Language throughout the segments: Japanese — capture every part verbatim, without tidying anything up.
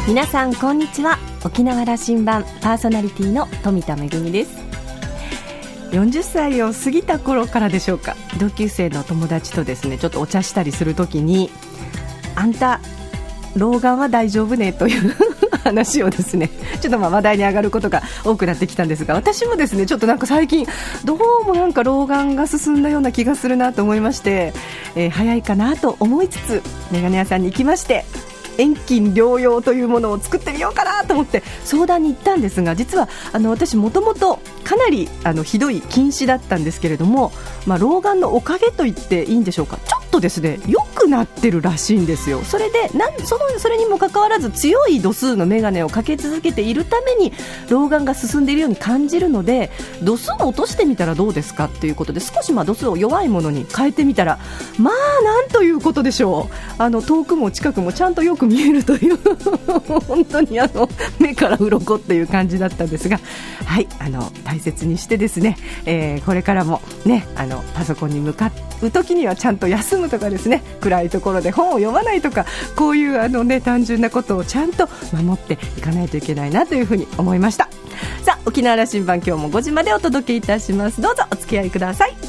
皆さんこんにちは。沖縄羅針盤パーソナリティの富田恵です。よんじゅっさいを過ぎた頃からでしょうか、同級生の友達とですねちょっとお茶したりするときに、あんた老眼は大丈夫ねという話をですねちょっとまあ話題に上がることが多くなってきたんですが、私もですねちょっとなんか最近どうもなんか老眼が進んだような気がするなと思いまして、えー、早いかなと思いつつメガネ屋さんに行きまして、遠近療養というものを作ってみようかなと思って相談に行ったんですが、実はあの私もともとかなりあのひどい近視だったんですけれども、まあ、老眼のおかげと言っていいんでしょうか、ちょっとですね良くなってるらしいんですよ。それでなんそのそれにもかかわらず強い度数のメガネをかけ続けているために老眼が進んでいるように感じるので、度数を落としてみたらどうですかということで、少しまあ度数を弱いものに変えてみたら、まあなんということでしょう、あの遠くも近くもちゃんとよく見えるという本当にあの目から鱗っていう感じだったんですが、はい、あの大切にしてですね、えー、これからもねあのパソコンに向かう時にはちゃんと休むとかですね、暗いところで本を読まないとか、こういうあの、ね、単純なことをちゃんと守っていかないといけないなというふうに思いました。さあ、沖縄羅針盤今日もごじまでお届けいたします。どうぞお付き合いください。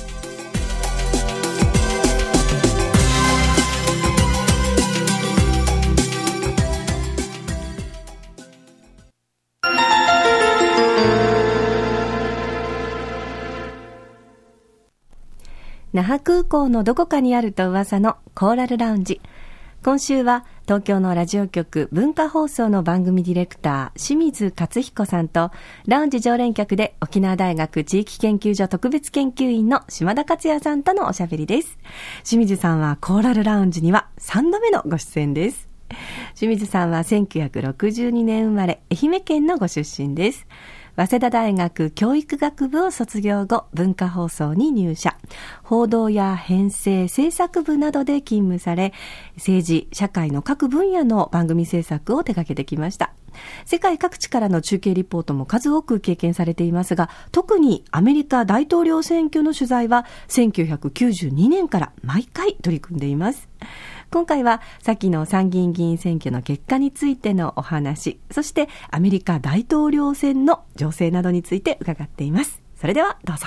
那覇空港のどこかにあると噂のコーラルラウンジ。今週は東京のラジオ局文化放送の番組ディレクター清水勝彦さんと、ラウンジ常連客で沖縄大学地域研究所特別研究員の島田克也さんとのおしゃべりです。清水さんはコーラルラウンジにはさんどめのご出演です。清水さんはせんきゅうひゃくろくじゅうにねん生まれ、愛媛県のご出身です。早稲田大学教育学部を卒業後、文化放送に入社。報道や編成、制作部などで勤務され、政治、社会の各分野の番組制作を手掛けてきました。世界各地からの中継リポートも数多く経験されていますが、特にアメリカ大統領選挙の取材はせんきゅうひゃくきゅうじゅうにねんから毎回取り組んでいます。今回は先の参議院議員選挙の結果についてのお話、そしてアメリカ大統領選の情勢などについて伺っています。それではどうぞ。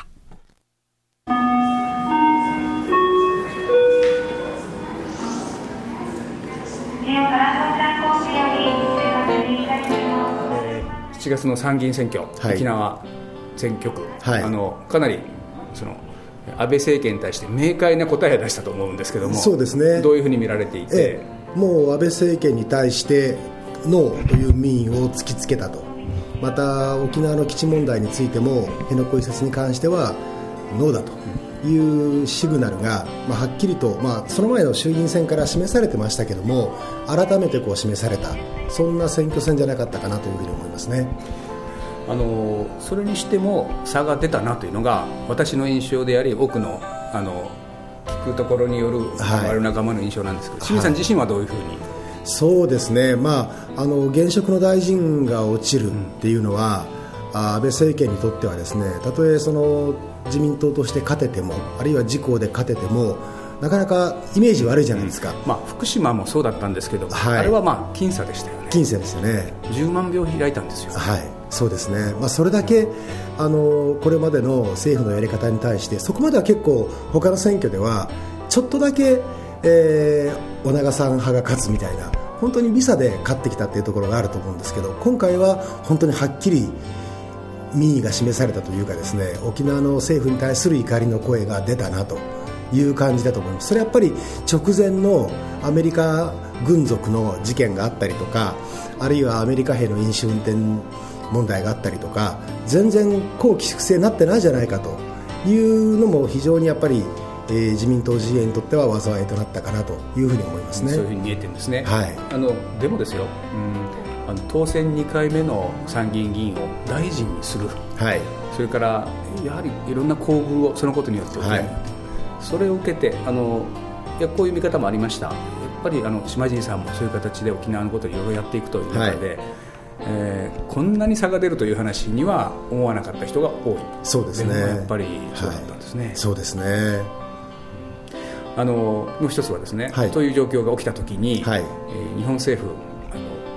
しちがつの参議院選挙、はい、沖縄選挙区、はい、あのかなりその安倍政権に対して明快な答えを出したと思うんですけども、 そうですね、 どういうふうに見られていて、ええ、もう安倍政権に対してノーという民意を突きつけたと。また沖縄の基地問題についても辺野古移設に関してはノーだというシグナルが、まあ、はっきりと、まあ、その前の衆議院選から示されてましたけども、改めてこう示された、そんな選挙戦じゃなかったかなというふうに思いますね。 あのそれにしても差が出たなというのが私の印象であり、多くのあの聞くところによる、はい、我々仲間の印象なんですけど、清水さん自身はどういうふうに、はい、 そうですね、まあ、あの現職の大臣が落ちるっていうのは、うん、安倍政権にとってはですね、たとえその自民党として勝てても、あるいは自公で勝てても、なかなかイメージ悪いじゃないですか、 うんまあ、福島もそうだったんですけど、はい、あれはまあ僅差でしたよね。 僅差ですよね。 じゅうまんひょう開いたんですよ。 はい、そうですね、まあ、それだけあのこれまでの政府のやり方に対して、そこまでは結構他の選挙ではちょっとだけ、えー、お長さん派が勝つみたいな、本当に微差で勝ってきたというところがあると思うんですけど、今回は本当にはっきり民意が示されたというかですね、沖縄の政府に対する怒りの声が出たなという感じだと思います。それはやっぱり直前のアメリカ軍属の事件があったりとか、あるいはアメリカ兵の飲酒運転問題があったりとか、全然綱紀粛正になってないじゃないかというのも非常にやっぱり、えー、自民党陣営にとっては災いとなったかなというふうに思いますね。 そういうふうに見えてるんですね、 はい、 あのでもですよ、うん、あの当選にかいめの参議院議員を大臣にする、はい、それからやはりいろんな厚遇をそのことによって受ける、はい、それを受けてあのいやこういう見方もありました。やっぱりあの島尻さんもそういう形で沖縄のことをいろいろやっていくという中で、はい、えー、こんなに差が出るという話には思わなかった人が多い。 そうですね、 でもやっぱりそうだったんですね、 はい、そうですね。 あのもう一つはですね、はい、という状況が起きたときに、はい、えー、日本政府あの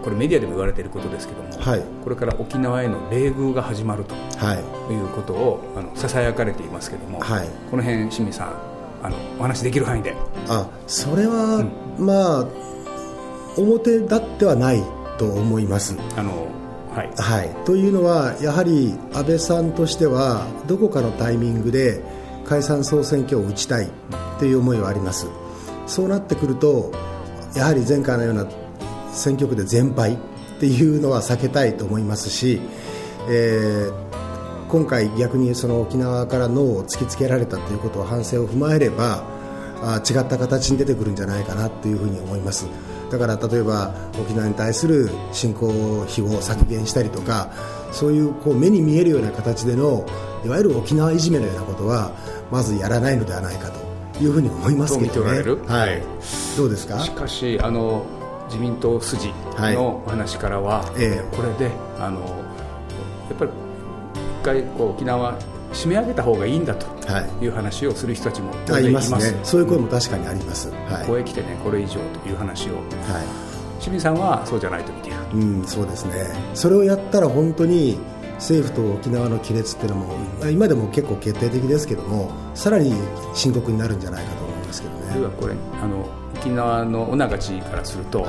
これメディアでも言われていることですけども、はい、これから沖縄への冷遇が始まるということを、はい、あのささやかれていますけども、はい、この辺清水さんあのお話できる範囲で。 あ、それは、うん、まあ表立ってはないと思います。あのはいはい、というのはやはり安倍さんとしてはどこかのタイミングで解散総選挙を打ちたいという思いはあります。そうなってくるとやはり前回のような選挙区で全敗っていうのは避けたいと思いますし、えー、今回逆にその沖縄からノーを突きつけられたということを反省を踏まえればあ違った形に出てくるんじゃないかなというふうに思います。だから例えば沖縄に対する振興費を削減したりとかそういうこう目に見えるような形でのいわゆる沖縄いじめのようなことはまずやらないのではないかというふうに思いますけどね。 どう見ておられる？ はい、どうですか？ しかしあの自民党筋の話からは、はいえー、これであのやっぱり一回こう沖縄締め上げた方がいいんだという話をする人たちも当然いますね。そういう声も確かにあります、はい、 ここへ来てねこれ以上という話を、はい、清水さんはそうじゃないと見ている。 うん、そうですね。それをやったら本当に政府と沖縄の亀裂っていうのも今でも結構決定的ですけどもさらに深刻になるんじゃないかと思いますけどね。 ではこれあの沖縄の女勝ちからすると、はい、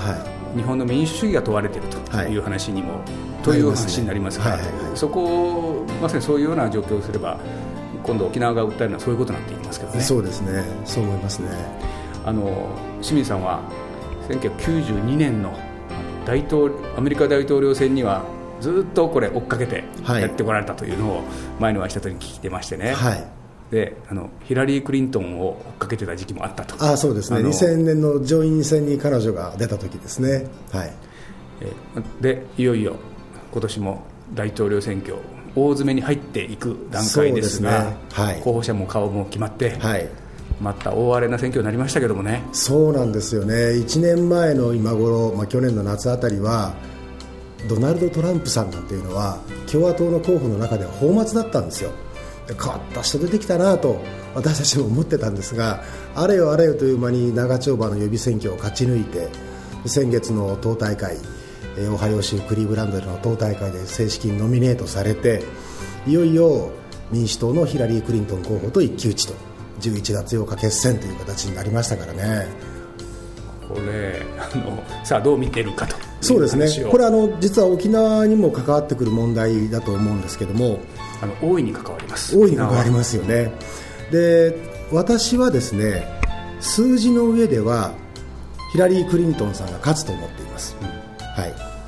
日本の民主主義が問われているという話にも、はい、という話になりますから、はいはいはい、そこをまさにそういうような状況をすれば今度沖縄が訴えるのはそういうことになっていきますけどね。 そうですね、そう思いますね。 あの清水さんはせんきゅうひゃくきゅうじゅうにねんの大統アメリカ大統領選にはずっとこれ追っかけてやってこられたというのを前のお会いした時に聞いてましてね、はい、であのヒラリー・クリントンを追っかけてた時期もあったと。 ああそうですね、にせんねんの上院選に彼女が出た時ですね、はい、 えでいよいよ今年も大統領選挙大詰めに入っていく段階ですが、ねはい、候補者も顔も決まって、はい、また大荒れな選挙になりましたけどもね。 そうなんですよね。いちねんまえの今頃、まあ、去年の夏あたりはドナルド・トランプさんなんていうのは共和党の候補の中では泡沫だったんですよ。で変わった人出てきたなと私たちも思ってたんですがあれよあれよという間に長丁場の予備選挙を勝ち抜いて先月の党大会オハイオ州クリーブランドでの党大会で正式にノミネートされていよいよ民主党のヒラリー・クリントン候補と一騎打ちとじゅういちがつようか決戦という形になりましたからね。 これあのさあどう見ているかと。 そうですね、これあの実は沖縄にも関わってくる問題だと思うんですけどもあの大いに関わります大いに関わりますよね。で私はですね数字の上ではヒラリー・クリントンさんが勝つと思っています、うんはい、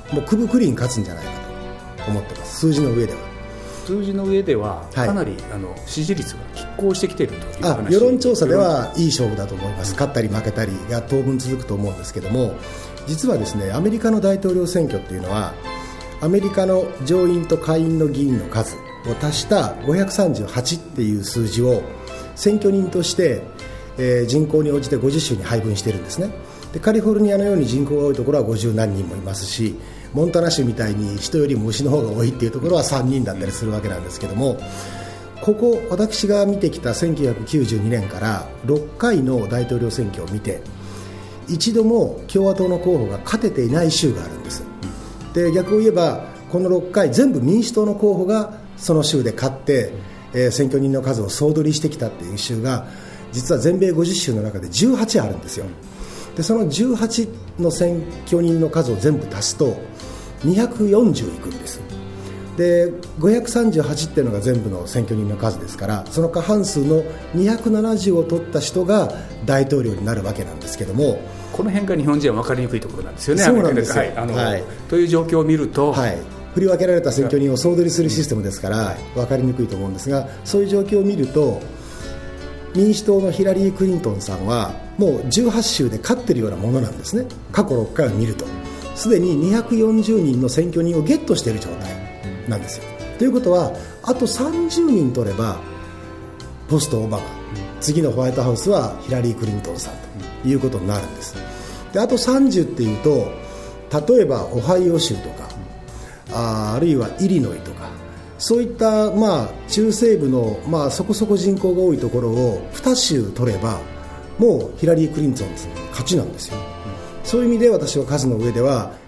もうクブクリン勝つんじゃないかと思ってます。数字の上では数字の上ではかなり、はい、あの支持率が拮抗してきているという話。 あ世論調査ではいい勝負だと思います、うん、勝ったり負けたりが当分続くと思うんですけども実はですねアメリカの大統領選挙っていうのはアメリカの上院と下院の議員の数を足したごひゃくさんじゅうはちっていう数字を選挙人として、えー、人口に応じてごじゅっ州に配分しているんですね。でカリフォルニアのように人口が多いところはごじゅうなんにんもいますしモンタナ州みたいに人よりも牛の方が多いっていうところはさんにんだったりするわけなんですけどもここ私が見てきたせんきゅうひゃくきゅうじゅうにねんからろっかいの大統領選挙を見て一度も共和党の候補が勝てていない州があるんです。で逆を言えばこのろっかい全部民主党の候補がその州で勝って、えー、選挙人の数を総取りしてきたっていう州が実は全米ごじゅっ州の中でじゅうはちあるんですよ。でそのじゅうはちの選挙人の数を全部足すとにひゃくよんじゅういくんです。でごひゃくさんじゅうはちっていうのが全部の選挙人の数ですからその過半数のにひゃくななじゅうを取った人が大統領になるわけなんですけどもこの辺が日本人は分かりにくいところなんですよね。 そうなんですよ、はいあのはい、 という状況を見ると、はい、 振り分けられた選挙人を総取りするシステムですから分かりにくいと思うんですがそういう状況を見ると民主党のヒラリー・クリントンさんはもうじゅうはち州で勝ってるようなものなんですね。過去ろっかいを見るとすでににひゃくよんじゅうにんの選挙人をゲットしている状態なんですよ。ということはあとさんじゅうにん取ればポストオバマ、次のホワイトハウスはヒラリー・クリントンさんということになるんです。であとさんじゅうっていうと例えばオハイオ州とか あ, あるいはイリノイとかそういった、まあ、中西部の、まあ、そこそこ人口が多いところをに州取ればもうヒラリー・クリントンの勝ちなんですよ。そういう意味で私は数の上では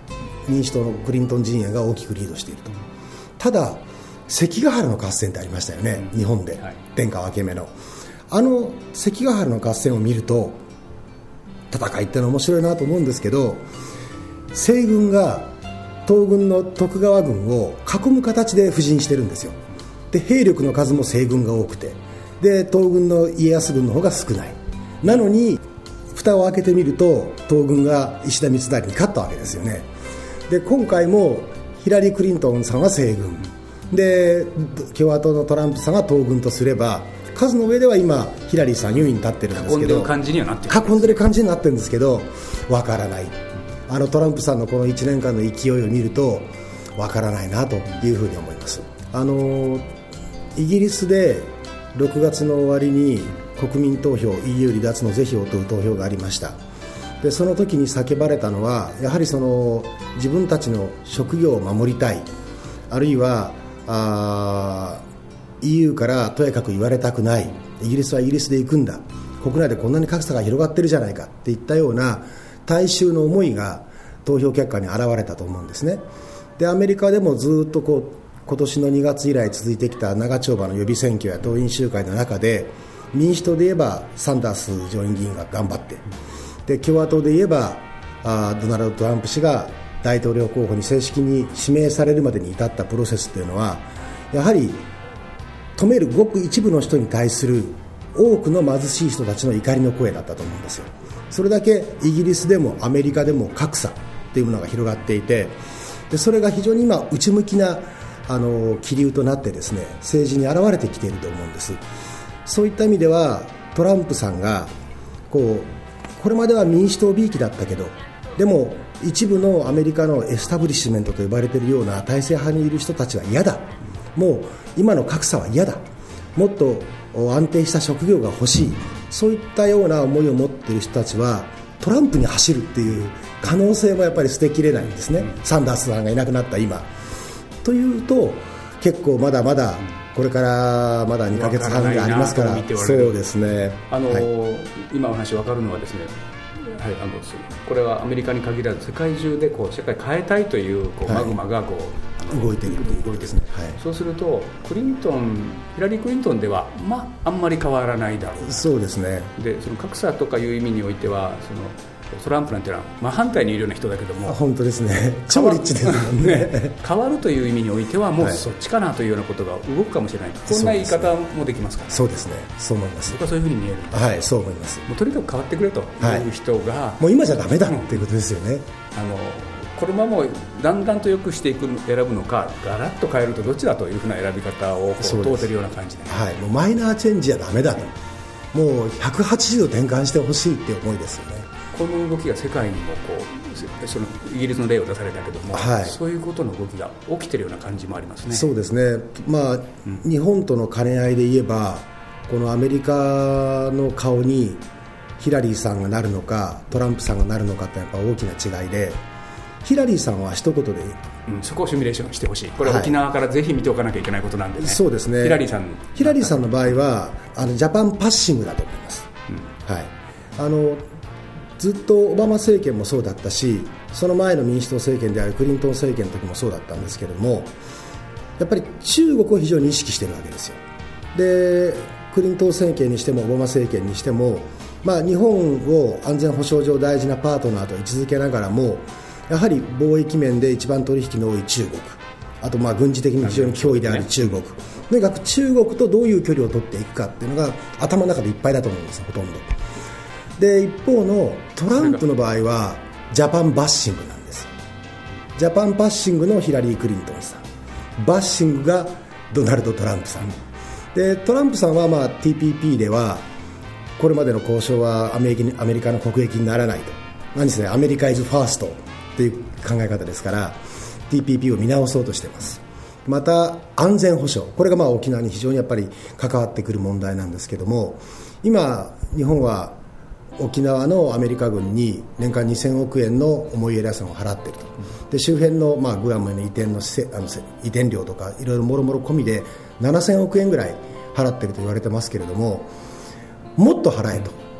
民主党のクリントン陣営が大きくリードしていると。ただ関ヶ原の合戦ってありましたよね、うん、日本で、はい、天下分け目のあの関ヶ原の合戦を見ると戦いってのは面白いなと思うんですけど、西軍が東軍の徳川軍を囲む形で布陣してるんですよ。で兵力の数も西軍が多くて、で東軍の家康軍の方が少ない。なのに蓋を開けてみると東軍が石田三成に勝ったわけですよね。で今回もヒラリー・クリントンさんは西軍で、共和党のトランプさんが東軍とすれば、数の上では今ヒラリーさん優位に立ってるんですけど、囲んでる感じにはなってる、囲んでる感じになってるんですけど、わからない。あのトランプさんのこのいちねんかんの勢いを見るとわからないなというふうに思います。あのイギリスでろくがつの終わりに国民投票 イーユー 離脱の是非を問う投票がありました。でその時に叫ばれたのは、やはりその自分たちの職業を守りたい、あるいはあ イーユー からとやかく言われたくない、イギリスはイギリスで行くんだ、国内でこんなに格差が広がってるじゃないかっていったような大衆の思いが投票結果に現れたと思うんですね。でアメリカでもずっとこう今年のにがつ以来続いてきた長丁場の予備選挙や党員集会の中で、民主党で言えばサンダース上院議員が頑張って、で共和党で言えばあドナルド・トランプ氏が大統領候補に正式に指名されるまでに至ったプロセスというのは、やはり止めるごく一部の人に対する多くの貧しい人たちの怒りの声だったと思うんですよ。それだけイギリスでもアメリカでも格差というものが広がっていて、でそれが非常に今内向きなあの気流となってですね、政治に現れてきていると思うんです。そういった意味ではトランプさんがこうこれまでは民主党びいきだったけど、でも一部のアメリカのエスタブリッシュメントと呼ばれているような体制派にいる人たちは嫌だ、もう今の格差は嫌だ、もっと安定した職業が欲しい、そういったような思いを持っている人たちはトランプに走るっていう可能性もやっぱり捨てきれないんですね、サンダースさんがいなくなった今というと、結構まだまだこれからまだにかげつはんがありますから、そうですね、 あの、はい、今お話分かるのはですね、はい、あのこれはアメリカに限らず世界中でこう社会変えたいという、こうマグマがこう、 はい、動いているということですね、はい、 そうするとクリントンヒラリー・クリントンでは、まあ、あんまり変わらないだろう。 そうですね。 でその格差とかいう意味においては、そのトランプなんていうのは真反対にいるような人だけども、 本当ですね、超リッチですもんね変わるという意味においてはもうそっちかなというようなことが動くかもしれない、はい、こんな言い方もできますから、ね、 そうですね、そう思います。 僕はそういうふうに見える。 はい、そう思います。 もうとにかく変わってくれという人が、はい、 もう今じゃダメだっていうことですよね、うん、 あのこのままだんだんと良くしていく選ぶのか、ガラッと変えるとどっちだというふうな選び方をこう問うてるような感じで、 はい、もうマイナーチェンジはダメだと、もうひゃくはちじゅうど転換してほしいっていう思いですよね。 この動きが世界にもこう、そのイギリスの例を出されたけども、はい、そういうことの動きが起きているような感じもありますね。 そうですね、まあうん、日本との兼ね合いで言えば、このアメリカの顔にヒラリーさんがなるのかトランプさんがなるのかってやっぱ大きな違いで、ヒラリーさんは一言で、 うん、そこをシミュレーションしてほしい。これは沖縄からぜひ見ておかなきゃいけないことなんでね、はい、 そうですね。 ヒラリーさんヒラリーさんの場合はあのジャパンパッシングだと思います、うん、はい、あのずっとオバマ政権もそうだったし、その前の民主党政権であるクリントン政権の時もそうだったんですけれども、やっぱり中国を非常に意識しているわけですよ。でクリントン政権にしてもオバマ政権にしても、まあ、日本を安全保障上大事なパートナーと位置づけながらも、やはり貿易面で一番取引の多い中国、あとまあ軍事的に非常に脅威である中国、とにかく中国とどういう距離を取っていくかっていうのが頭の中でいっぱいだと思うんです、ほとんど。で一方のトランプの場合はジャパンバッシングなんです。ジャパンバッシングのヒラリー・クリントンさん、バッシングがドナルド・トランプさんで、トランプさんはまあ ティーピーピー ではこれまでの交渉はアメリカ、アメリカの国益にならないと、何せアメリカイズファーストという考え方ですから ティーピーピー を見直そうとしています。また安全保障、これがまあ沖縄に非常にやっぱり関わってくる問題なんですけども、今日本は沖縄のアメリカ軍に年間にせんおくえんの思いやり予算を払っていると。で周辺の、まあ、グアムへの移転のせあの移転料とかいろいろもろもろ込みでななせんおくえんぐらい払っていると言われてますけれども、もっと払えと、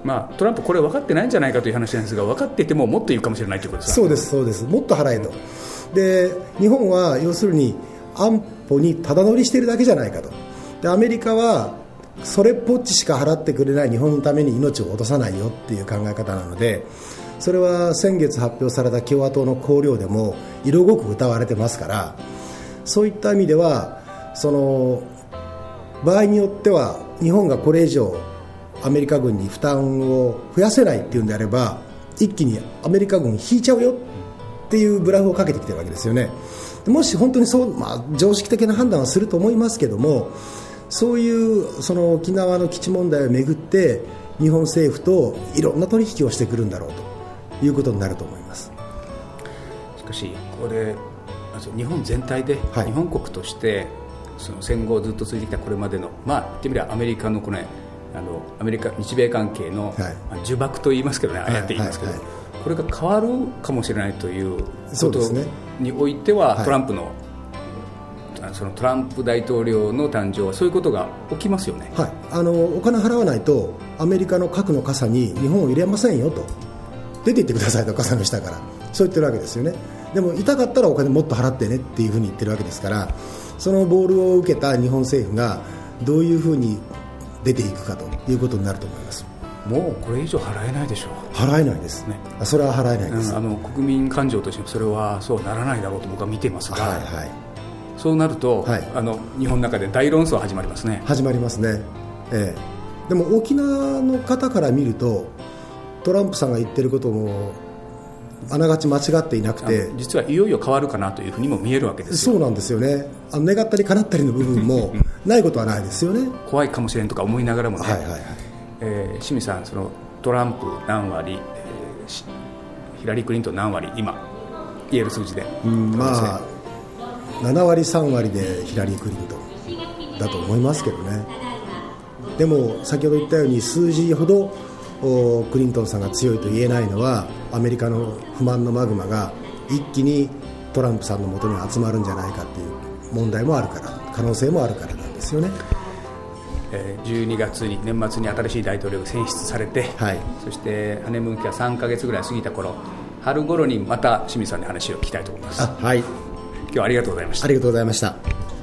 まあ、トランプこれ分かってないんじゃないかという話なんですが、分かっていてももっと言うかもしれないということですか。 そうですそうです、もっと払えと。で日本は要するに安保にただ乗りしているだけじゃないかと。でアメリカはそれっぽっちしか払ってくれない日本のために命を落とさないよっていう考え方なので、それは先月発表された共和党の綱領でも色濃く謳われてますから、そういった意味ではその場合によっては日本がこれ以上アメリカ軍に負担を増やせないっていうんであれば、一気にアメリカ軍引いちゃうよっていうブラフをかけてきてるわけですよね。もし本当にそう、まあ、常識的な判断はすると思いますけども、そういうその沖縄の基地問題をめぐって日本政府といろんな取引をしてくるんだろうということになると思います。 しかしこれ日本全体で、はい、日本国としてその戦後ずっと続いてきたこれまでの、まあ、言ってみればアメリカのこの、ね、あのアメリカ日米関係の、はい、まあ、呪縛と言いますけどね、ああやって言いますけど、はいはいはい、これが変わるかもしれないということにおいては、トランプの、はい、そのトランプ大統領の誕生はそういうことが起きますよね。 はい、あのお金払わないとアメリカの核の傘に日本を入れませんよと、出て行ってくださいと、傘の下からそう言ってるわけですよね。でも痛かったらお金もっと払ってねっていうふうに言ってるわけですから、そのボールを受けた日本政府がどういうふうに出ていくかということになると思います。 もうこれ以上払えないでしょう。 払えないですね。それは払えないです、 うん、あの国民感情としてもそれはそうならないだろうと僕は見ていますが、はいはい、そうなると、はい、あの日本の中で大論争始まりますね。 始まりますね、ええ、でも沖縄の方から見るとトランプさんが言ってることもあながち間違っていなくて、 実はいよいよ変わるかなというふうにも見えるわけですよ。 そうなんですよね。あの願ったり叶ったりの部分もないことはないですよね。 怖いかもしれんとか思いながらもね、 はいはいはい、 えー、清水さん、そのトランプ何割、えー、ヒラリー・クリントン何割、今言える数字で、 うん、まあななわりさんわりでヒラリー・クリントンだと思いますけどね。でも先ほど言ったように数字ほどクリントンさんが強いと言えないのは、アメリカの不満のマグマが一気にトランプさんの元に集まるんじゃないかっていう問題もあるから、可能性もあるからなんですよね。 えー、じゅうにがつに年末に新しい大統領が選出されて、はい、そしてハネムーン期はさんかげつぐらい過ぎた頃、春頃にまた清水さんに話を聞きたいと思います。 あ、はい、 今日はありがとうございました。 ありがとうございました。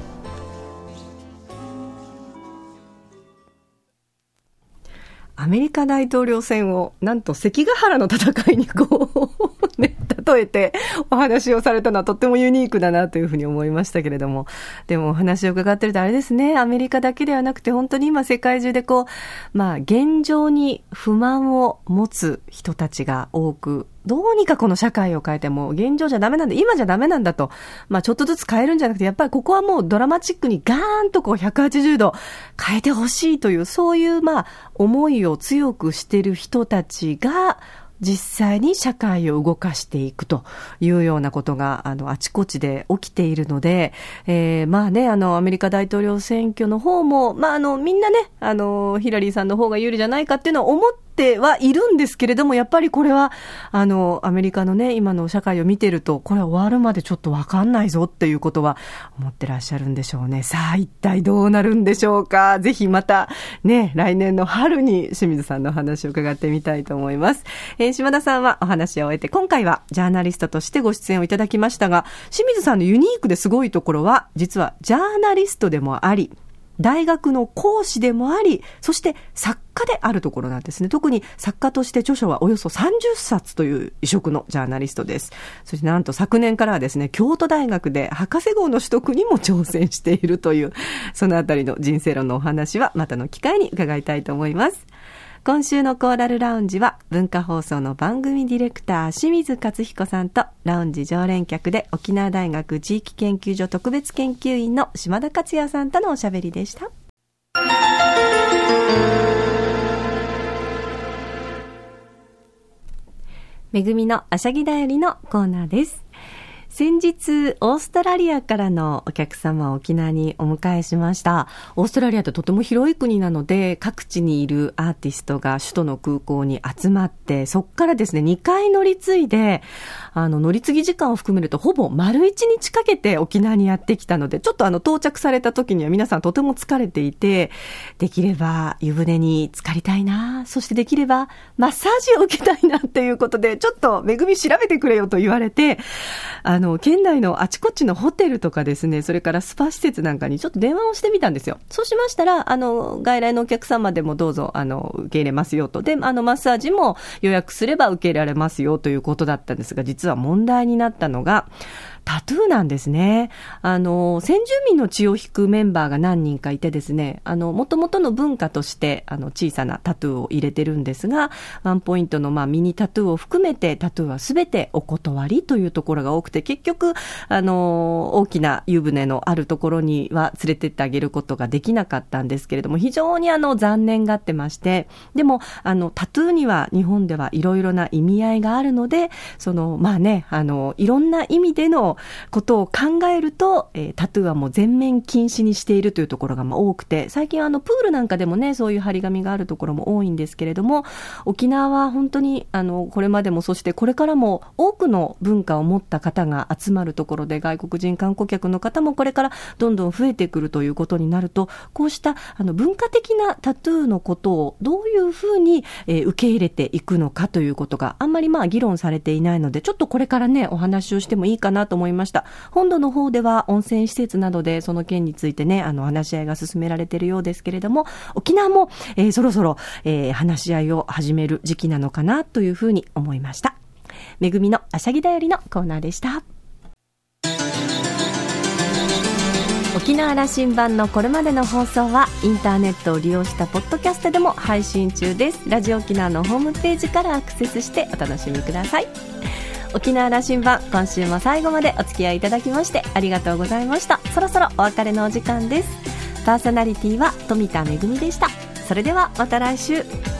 アメリカ大統領選をなんと関ヶ原の戦いにこう、ね、例えてお話をされたのはとってもユニークだなというふうに思いましたけれども、でもお話を伺ってるとあれですね、アメリカだけではなくて本当に今世界中でこう、まあ現状に不満を持つ人たちが多く、どうにかこの社会を変えて、も現状じゃダメなんだ、今じゃダメなんだと、まあちょっとずつ変えるんじゃなくて、やっぱりここはもうドラマチックにガーンとこうひゃくはちじゅうど変えてほしいという、そういうまあ思いを強くしている人たちが実際に社会を動かしていくというようなことがあのあちこちで起きているので、えー、まあね、あのアメリカ大統領選挙の方も、まああのみんなね、あのヒラリーさんの方が有利じゃないかっていうのは思ってはいるんですけれども、やっぱりこれはあのアメリカのね今の社会を見てると、これは終わるまでちょっと分かんないぞっていうことは思ってらっしゃるんでしょうね。さあ一体どうなるんでしょうか。ぜひまたね、来年の春に清水さんの話を伺ってみたいと思います。えー、島田さんはお話を終えて、今回はジャーナリストとしてご出演をいただきましたが、清水さんのユニークですごいところは、実はジャーナリストでもあり、大学の講師でもあり、そして作家であるところなんですね。特に作家として著書はおよそさんじゅっさつという異色のジャーナリストです。そしてなんと昨年からはですね、京都大学で博士号の取得にも挑戦しているという、そのあたりの人生論のお話はまたの機会に伺いたいと思います。今週のコーラルラウンジは文化放送の番組ディレクター清水勝彦さんと、ラウンジ常連客で沖縄大学地域研究所特別研究員の島田克也さんとのおしゃべりでした。めぐみのあしゃぎだよりのコーナーです。 先日オーストラリアからのお客様を沖縄にお迎えしました。オーストラリアってとても広い国なので、各地にいるアーティストが首都の空港に集まって、そこからですねにかい乗り継いで、あの乗り継ぎ時間を含めるとほぼ丸いちにちかけて沖縄にやってきたので、ちょっとあの到着された時には皆さんとても疲れていて、できれば湯船に浸かりたいな、そしてできればマッサージを受けたいなっていうことで、ちょっとめぐみ調べてくれよと言われて、あの県内のあちこちのホテルとかですね、それからスパ施設なんかにちょっと電話をしてみたんですよ。そうしましたら、あの外来のお客様でもどうぞあの受け入れますよと、であのマッサージも予約すれば受け入れられますよということだったんですが、実は問題になったのがタトゥーなんですね。あの先住民の血を引くメンバーが何人かいてですね、あの元々の文化としてあの小さなタトゥーを入れてるんですが、ワンポイントのまあミニタトゥーを含めてタトゥーはすべてお断りというところが多くて、結局あの大きな湯船のあるところには連れてってあげることができなかったんですけれども、非常にあの残念がってまして、でもあのタトゥーには日本ではいろいろな意味合いがあるので、そのまあね、あのいろんな意味でのことを考えると、えー、タトゥーはもう全面禁止にしているというところがまあ多くて、最近あのプールなんかでもね、そういう張り紙があるところも多いんですけれども、沖縄は本当にあのこれまでもそしてこれからも多くの文化を持った方が集まるところで、外国人観光客の方もこれからどんどん増えてくるということになると、こうしたあの文化的なタトゥーのことをどういうふうに、えー、受け入れていくのかということがあんまりまあ議論されていないので、ちょっとこれからねお話をしてもいいかなと思いました。本土の方では温泉施設などでその件についてね、あの話し合いが進められているようですけれども、沖縄も、えー、そろそろ、えー、話し合いを始める時期なのかなというふうに思いました。めぐみのあしゃぎだよりのコーナーでした。沖縄羅針盤のこれまでの放送はインターネットを利用したポッドキャストでも配信中です。ラジオ沖縄のホームページからアクセスしてお楽しみください。沖縄羅針盤、今週も最後までお付き合いいただきましてありがとうございました。そろそろお別れのお時間です。パーソナリティは富田恵でした。それではまた来週。